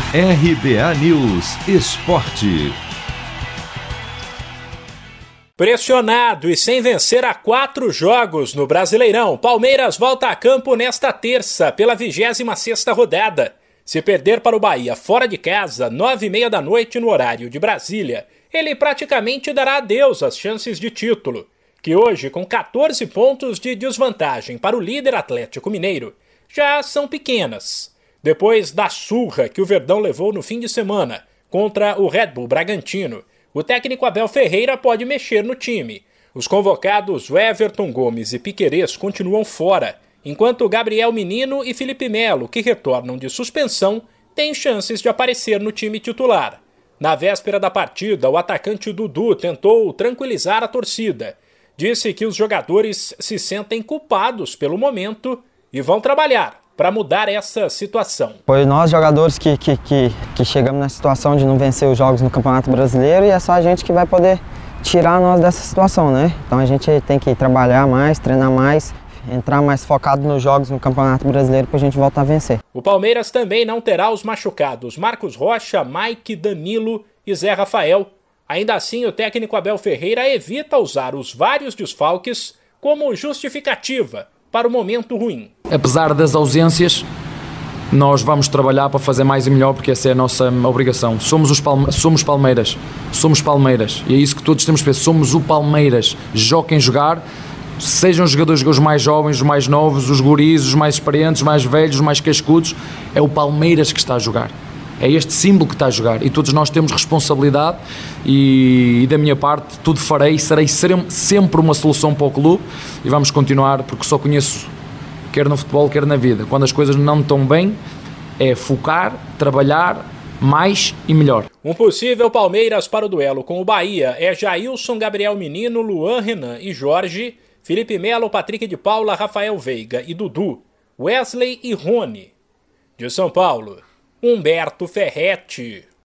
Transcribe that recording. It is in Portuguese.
RBA News Esporte. Pressionado e sem vencer há 4 jogos no Brasileirão, Palmeiras volta a campo nesta terça pela 26ª rodada. Se perder para o Bahia fora de casa, 9h30 da noite no horário de Brasília, ele praticamente dará adeus às chances de título, que hoje, com 14 pontos de desvantagem para o líder Atlético Mineiro, já são pequenas. Depois da surra que o Verdão levou no fim de semana contra o Red Bull Bragantino, o técnico Abel Ferreira pode mexer no time. Os convocados Everton Gomes e Piquerez continuam fora, enquanto Gabriel Menino e Felipe Melo, que retornam de suspensão, têm chances de aparecer no time titular. Na véspera da partida, o atacante Dudu tentou tranquilizar a torcida. Disse que os jogadores se sentem culpados pelo momento e vão trabalhar para mudar essa situação. Foi nós, jogadores, que chegamos na situação de não vencer os jogos no Campeonato Brasileiro, e é só a gente que vai poder tirar nós dessa situação, né? Então a gente tem que trabalhar mais, treinar mais, entrar mais focado nos jogos no Campeonato Brasileiro para a gente voltar a vencer. O Palmeiras também não terá os machucados Marcos Rocha, Mike, Danilo e Zé Rafael. Ainda assim, o técnico Abel Ferreira evita usar os vários desfalques como justificativa para o momento ruim. Apesar das ausências, nós vamos trabalhar para fazer mais e melhor, porque essa é a nossa obrigação. Somos Palmeiras, e é isso que todos temos que ver. Somos o Palmeiras. Joguem jogar, sejam os jogadores os mais jovens, os mais novos, os guris, os mais experientes, os mais velhos, os mais cascudos. É o Palmeiras que está a jogar. É este símbolo que está a jogar, e todos nós temos responsabilidade, e da minha parte tudo farei, serei sempre uma solução para o clube, e vamos continuar, porque só conheço, quer no futebol, quer na vida, quando as coisas não estão bem, é focar, trabalhar mais e melhor. Um possível Palmeiras para o duelo com o Bahia é Jailson, Gabriel Menino, Luan, Renan e Jorge, Felipe Melo, Patrick de Paula, Rafael Veiga e Dudu, Wesley e Rony. De São Paulo, Humberto Ferretti.